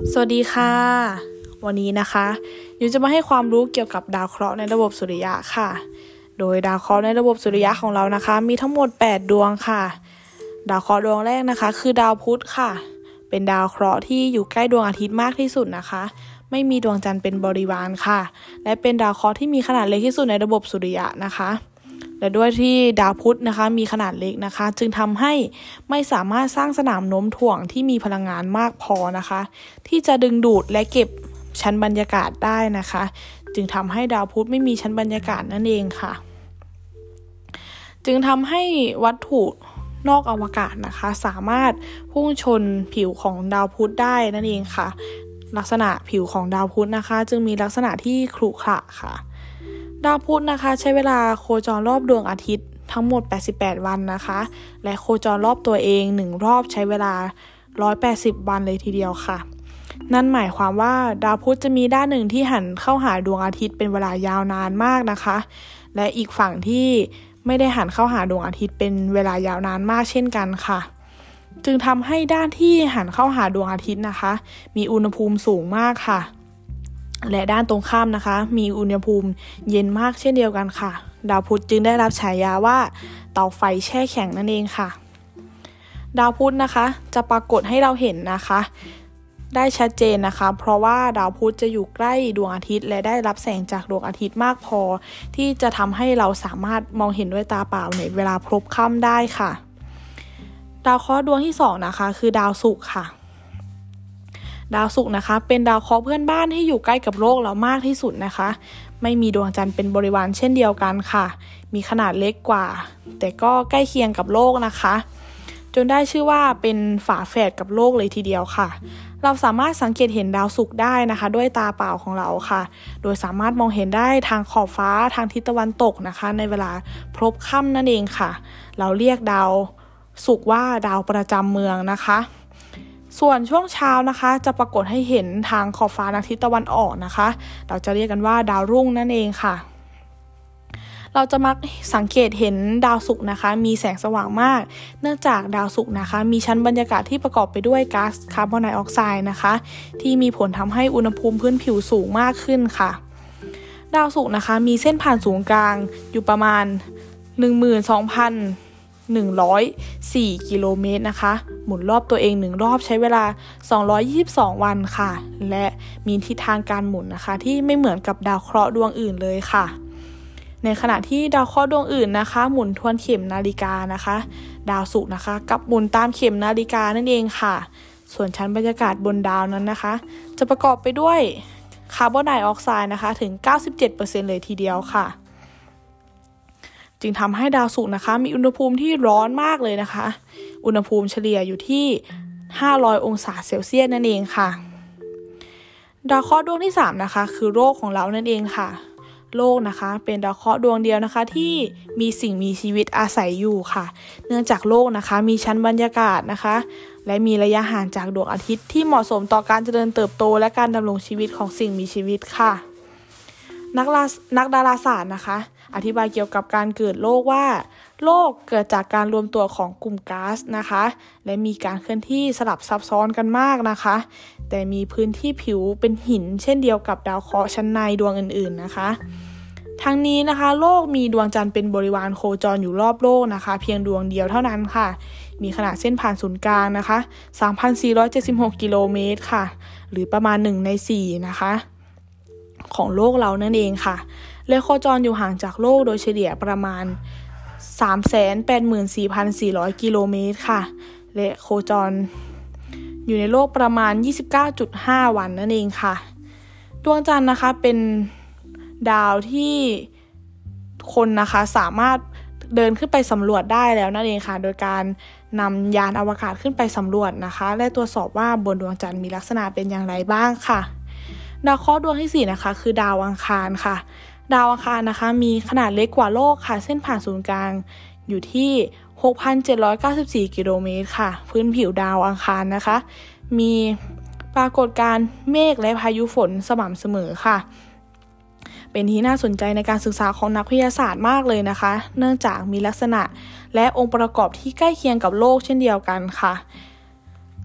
สวัสดีค่ะวันนี้นะคะยูจะมาให้ความรู้เกี่ยวกับดาวเคราะห์ในระบบสุริยะค่ะโดยดาวเคราะห์ในระบบสุริยะของเรานะคะมีทั้งหมด8ดวงค่ะดาวเคราะห์ดวงแรกนะคะคือดาวพุธค่ะเป็นดาวเคราะห์ที่อยู่ใกล้ดวงอาทิตย์มากที่สุดนะคะไม่มีดวงจันทร์เป็นบริวารค่ะและเป็นดาวเคราะห์ที่มีขนาดเล็กที่สุดในระบบสุริยะนะคะและด้วยที่ดาวพุธนะคะมีขนาดเล็กนะคะจึงทำให้ไม่สามารถสร้างสนามโน้มถ่วงที่มีพลังงานมากพอนะคะที่จะดึงดูดและเก็บชั้นบรรยากาศได้นะคะจึงทำให้ดาวพุธไม่มีชั้นบรรยากาศนั่นเองค่ะจึงทำให้วัตถุนอกอวกาศนะคะสามารถพุ่งชนผิวของดาวพุธได้นั่นเองค่ะลักษณะผิวของดาวพุธนะคะจึงมีลักษณะที่ขรุขระค่ะดาวพุธนะคะใช้เวลาโคจรรอบดวงอาทิตย์ทั้งหมด88วันนะคะและโคจรรอบตัวเอง1รอบใช้เวลา180วันเลยทีเดียวค่ะนั่นหมายความว่าดาวพุธจะมีด้านหนึ่งที่หันเข้าหาดวงอาทิตย์เป็นเวลายาวนานมากนะคะและอีกฝั่งที่ไม่ได้หันเข้าหาดวงอาทิตย์เป็นเวลายาวนานมากเช่นกันค่ะจึงทำให้ด้านที่หันเข้าหาดวงอาทิตย์นะคะมีอุณหภูมิสูงมากค่ะและด้านตรงข้ามนะคะมีอุณหภูมิเย็นมากเช่นเดียวกันค่ะดาวพุธจึงได้รับฉายาว่าเตาไฟแช่แข็งนั่นเองค่ะดาวพุธนะคะจะปรากฏให้เราเห็นนะคะได้ชัดเจนนะคะเพราะว่าดาวพุธจะอยู่ใกล้ดวงอาทิตย์และได้รับแสงจากดวงอาทิตย์มากพอที่จะทำให้เราสามารถมองเห็นด้วยตาเปล่าในเวลาพลบค่ำได้ค่ะดาวเคราะห์ดวงที่2นะคะคือดาวศุกร์ค่ะดาวศุกร์นะคะเป็นดาวเคราะห์เพื่อนบ้านที่อยู่ใกล้กับโลกเรามากที่สุดนะคะไม่มีดวงจันทร์เป็นบริวารเช่นเดียวกันค่ะมีขนาดเล็กกว่าแต่ก็ใกล้เคียงกับโลกนะคะจนได้ชื่อว่าเป็นฝาแฝดกับโลกเลยทีเดียวค่ะเราสามารถสังเกตเห็นดาวศุกร์ได้นะคะด้วยตาเปล่าของเราค่ะโดยสามารถมองเห็นได้ทางขอบฟ้าทางทิศตะวันตกนะคะในเวลาพลบค่ำนั่นเองค่ะเราเรียกดาวศุกร์ว่าดาวประจำเมืองนะคะส่วนช่วงเช้านะคะจะปรากฏให้เห็นทางขอบฟ้าทางทิศตะวันออกนะคะเราจะเรียกกันว่าดาวรุ่งนั่นเองค่ะเราจะมักสังเกตเห็นดาวศุกร์นะคะมีแสงสว่างมากเนื่องจากดาวศุกร์นะคะมีชั้นบรรยากาศที่ประกอบไปด้วยก๊าซคาร์บอนไดออกไซด์นะคะที่มีผลทำให้อุณหภูมิพื้นผิวสูงมากขึ้นค่ะดาวศุกร์นะคะมีเส้นผ่านศูนย์กลางอยู่ประมาณ 12,104 กิโลเมตรนะคะหมุนรอบตัวเอง1รอบใช้เวลา222วันค่ะและมีทิศทางการหมุนนะคะที่ไม่เหมือนกับดาวเคราะห์ดวงอื่นเลยค่ะในขณะที่ดาวเคราะห์ดวงอื่นนะคะหมุนทวนเข็มนาฬิกานะคะดาวศุกร์นะคะกับหมุนตามเข็มนาฬิกานั่นเองค่ะส่วนชั้นบรรยากาศบนดาวนั้นนะคะจะประกอบไปด้วยคาร์บอนไดออกไซด์นะคะถึง 97% เลยทีเดียวค่ะจึงทำให้ดาวศุกร์นะคะมีอุณหภูมิที่ร้อนมากเลยนะคะอุณหภูมิเฉลี่ยอยู่ที่500องศาเซลเซียสนั่นเองค่ะดาวเคราะห์ดวงที่3นะคะคือโลกของเรานั่นเองค่ะโลกนะคะเป็นดาวเคราะห์ดวงเดียวนะคะที่มีสิ่งมีชีวิตอาศัยอยู่ค่ะเนื่องจากโลกนะคะมีชั้นบรรยากาศนะคะและมีระยะห่างจากดวงอาทิตย์ที่เหมาะสมต่อการเจริญเติบโตและการดำรงชีวิตของสิ่งมีชีวิตค่ะนักดาราศาสตร์นะคะอธิบายเกี่ยวกับการเกิดโลกว่าโลกเกิดจากการรวมตัวของกลุ่มก๊าซนะคะและมีการเคลื่อนที่สลับซับซ้อนกันมากนะคะแต่มีพื้นที่ผิวเป็นหินเช่นเดียวกับดาวเคราะห์ชั้นในดวงอื่นๆนะคะทั้งนี้นะคะโลกมีดวงจันทร์เป็นบริวารโคจรอยู่รอบโลกนะคะเพียงดวงเดียวเท่านั้นค่ะมีขนาดเส้นผ่านศูนย์กลางนะคะ 3,476 กิโลเมตรค่ะหรือประมาณ1ใน4นะคะของโลกเรานั่นเองค่ะและโคจรอยู่ห่างจากโลกโดยเฉลี่ยประมาณ 384,400 กิโลเมตรค่ะและโคจรอยู่ในโลกประมาณ 29.5 วันนั่นเองค่ะดวงจันทร์นะคะเป็นดาวที่คนนะคะสามารถเดินขึ้นไปสำรวจได้แล้วนั่นเองค่ะโดยการนำยานอวกาศขึ้นไปสำรวจนะคะและตรวจสอบว่าบนดวงจันทร์มีลักษณะเป็นอย่างไรบ้างค่ะดาวเคราะห์ดวงที่4นะคะคือดาวอังคารค่ะดาวอังคารนะคะมีขนาดเล็กกว่าโลกค่ะเส้นผ่านศูนย์กลางอยู่ที่ 6,794 กิโลเมตรค่ะพื้นผิวดาวอังคารนะคะมีปรากฏการณ์เมฆและพายุฝนสม่ำเสมอค่ะเป็นที่น่าสนใจในการศึกษาของนักวิทยาศาสตร์มากเลยนะคะเนื่องจากมีลักษณะและองค์ประกอบที่ใกล้เคียงกับโลกเช่นเดียวกันค่ะ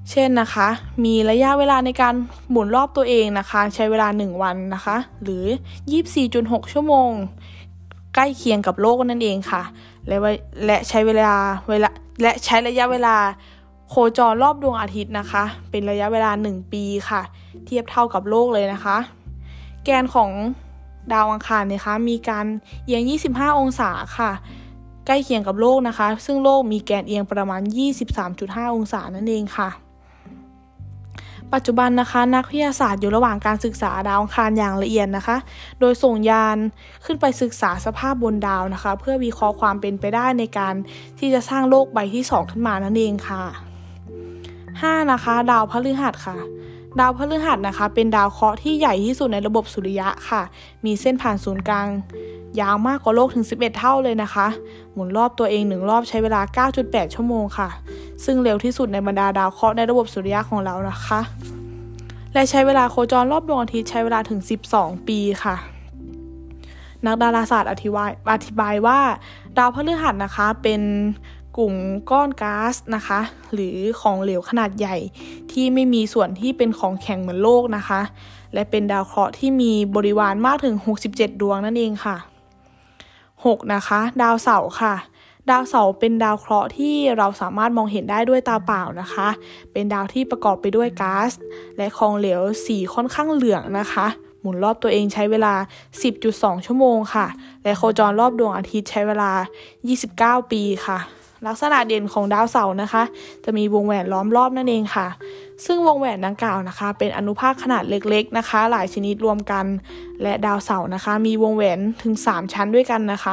เช่นนะคะมีระยะเวลาในการหมุนรอบตัวเองนะคะใช้เวลา1วันนะคะหรือ 24.6 ชั่วโมงใกล้เคียงกับโลกนั่นเองค่ะและใช้ระยะเวลาโคจรรอบดวงอาทิตย์นะคะเป็นระยะเวลา1ปีค่ะเทียบเท่ากับโลกเลยนะคะแกนของดาวอังคารนะคะมีการเอียง25องศาค่ะใกล้เคียงกับโลกนะคะซึ่งโลกมีแกนเอียงประมาณ 23.5 องศานั่นเองค่ะปัจจุบันนะคะนักวิทยาศาสตร์อยู่ระหว่างการศึกษาดาวอังคารอย่างละเอียดนะคะโดยส่งยานขึ้นไปศึกษาสภาพบนดาวนะคะเพื่อวิเคราะห์ความเป็นไปได้ในการที่จะสร้างโลกใบที่2ขึ้นมานั่นเองค่ะ5นะคะดาวพฤหัสค่ะดาวพฤหัสนะคะเป็นดาวเคราะห์ที่ใหญ่ที่สุดในระบบสุริยะค่ะมีเส้นผ่านศูนย์กลางยาวมากกว่าโลกถึง11เท่าเลยนะคะหมุนรอบตัวเอง1รอบใช้เวลา 9.8 ชั่วโมงค่ะซึ่งเร็วที่สุดในบรรดาดาวเคราะห์ในระบบสุริยะของเรานะคะและใช้เวลาโคจรรอบดวงอาทิตย์ใช้เวลาถึง12ปีค่ะนักดาราศาสตร์อธิบายว่าดาวพฤหัสนะคะเป็นกลุ่มก้อนก๊าซนะคะหรือของเหลวขนาดใหญ่ที่ไม่มีส่วนที่เป็นของแข็งเหมือนโลกนะคะและเป็นดาวเคราะห์ที่มีบริวารมากถึง67ดวงนั่นเองค่ะ6นะคะดาวเสาร์ค่ะดาวเสาร์เป็นดาวเคราะห์ที่เราสามารถมองเห็นได้ด้วยตาเปล่านะคะเป็นดาวที่ประกอบไปด้วยก๊าซและของเหลวสีค่อนข้างเหลืองนะคะหมุนรอบตัวเองใช้เวลา 10.2 ชั่วโมงค่ะและโคจรรอบดวงอาทิตย์ใช้เวลา29ปีค่ะลักษณะเด่นของดาวเสาร์นะคะจะมีวงแหวนล้อมรอบนั่นเองค่ะซึ่งวงแหวนดังกล่าวนะคะเป็นอนุภาคขนาดเล็กๆนะคะหลายชนิดรวมกันและดาวเสาร์นะคะมีวงแหวนถึง3ชั้นด้วยกันนะคะ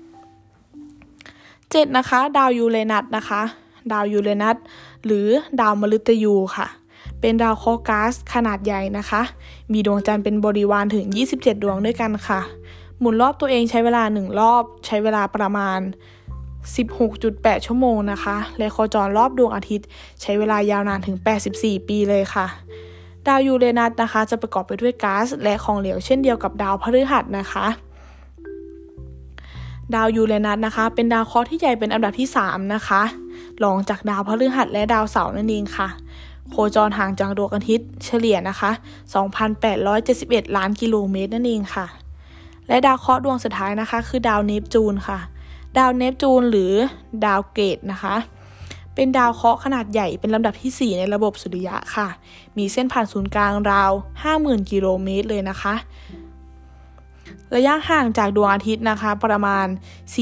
7นะคะดาวยูเรนัสนะคะดาวยูเรนัสหรือดาวมฤตยูค่ะเป็นดาวเคราะห์ก๊าซขนาดใหญ่นะคะมีดวงจันทร์เป็นบริวารถึง27ดวงด้วยกันค่ะหมุนรอบตัวเองใช้เวลา1รอบใช้เวลาประมาณ16.8 ชั่วโมงนะคะและโคจรรอบดวงอาทิตย์ใช้เวลายาวนานถึง84ปีเลยค่ะดาวยูเรนัสนะคะจะประกอบไปด้วยก๊าซและของเหลวเช่นเดียวกับดาวพฤหัสนะคะดาวยูเรนัสนะคะเป็นดาวเคราะห์ที่ใหญ่เป็นอันดับที่3นะคะรองจากดาวพฤหัสและดาวเสาร์นั่นเองค่ะโคจรห่างจากดวงอาทิตย์เฉลี่ยนะคะ 2,871 ล้านกิโลเมตรนั่นเองค่ะและดาวเคราะห์ดวงสุดท้ายนะคะคือดาวเนปจูนค่ะดาวเนปจูนหรือดาวเกตนะคะเป็นดาวเคราะห์ขนาดใหญ่เป็นลำดับที่4ในระบบสุริยะค่ะมีเส้นผ่านศูนย์กลางราว 50,000 กิโลเมตรเลยนะคะระยะห่างจากดวงอาทิตย์นะคะประมาณ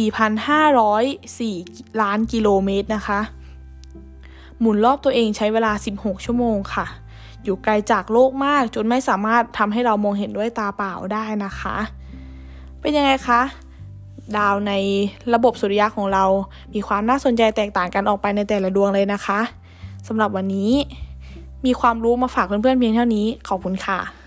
4,504 ล้านกิโลเมตรนะคะหมุนรอบตัวเองใช้เวลา16ชั่วโมงค่ะอยู่ไกลจากโลกมากจนไม่สามารถทำให้เรามองเห็นด้วยตาเปล่าได้นะคะเป็นยังไงคะดาวในระบบสุริยะของเรามีความน่าสนใจแตกต่างกันออกไปในแต่ละดวงเลยนะคะสำหรับวันนี้มีความรู้มาฝากเพื่อนๆเพียงเท่านี้ขอบคุณค่ะ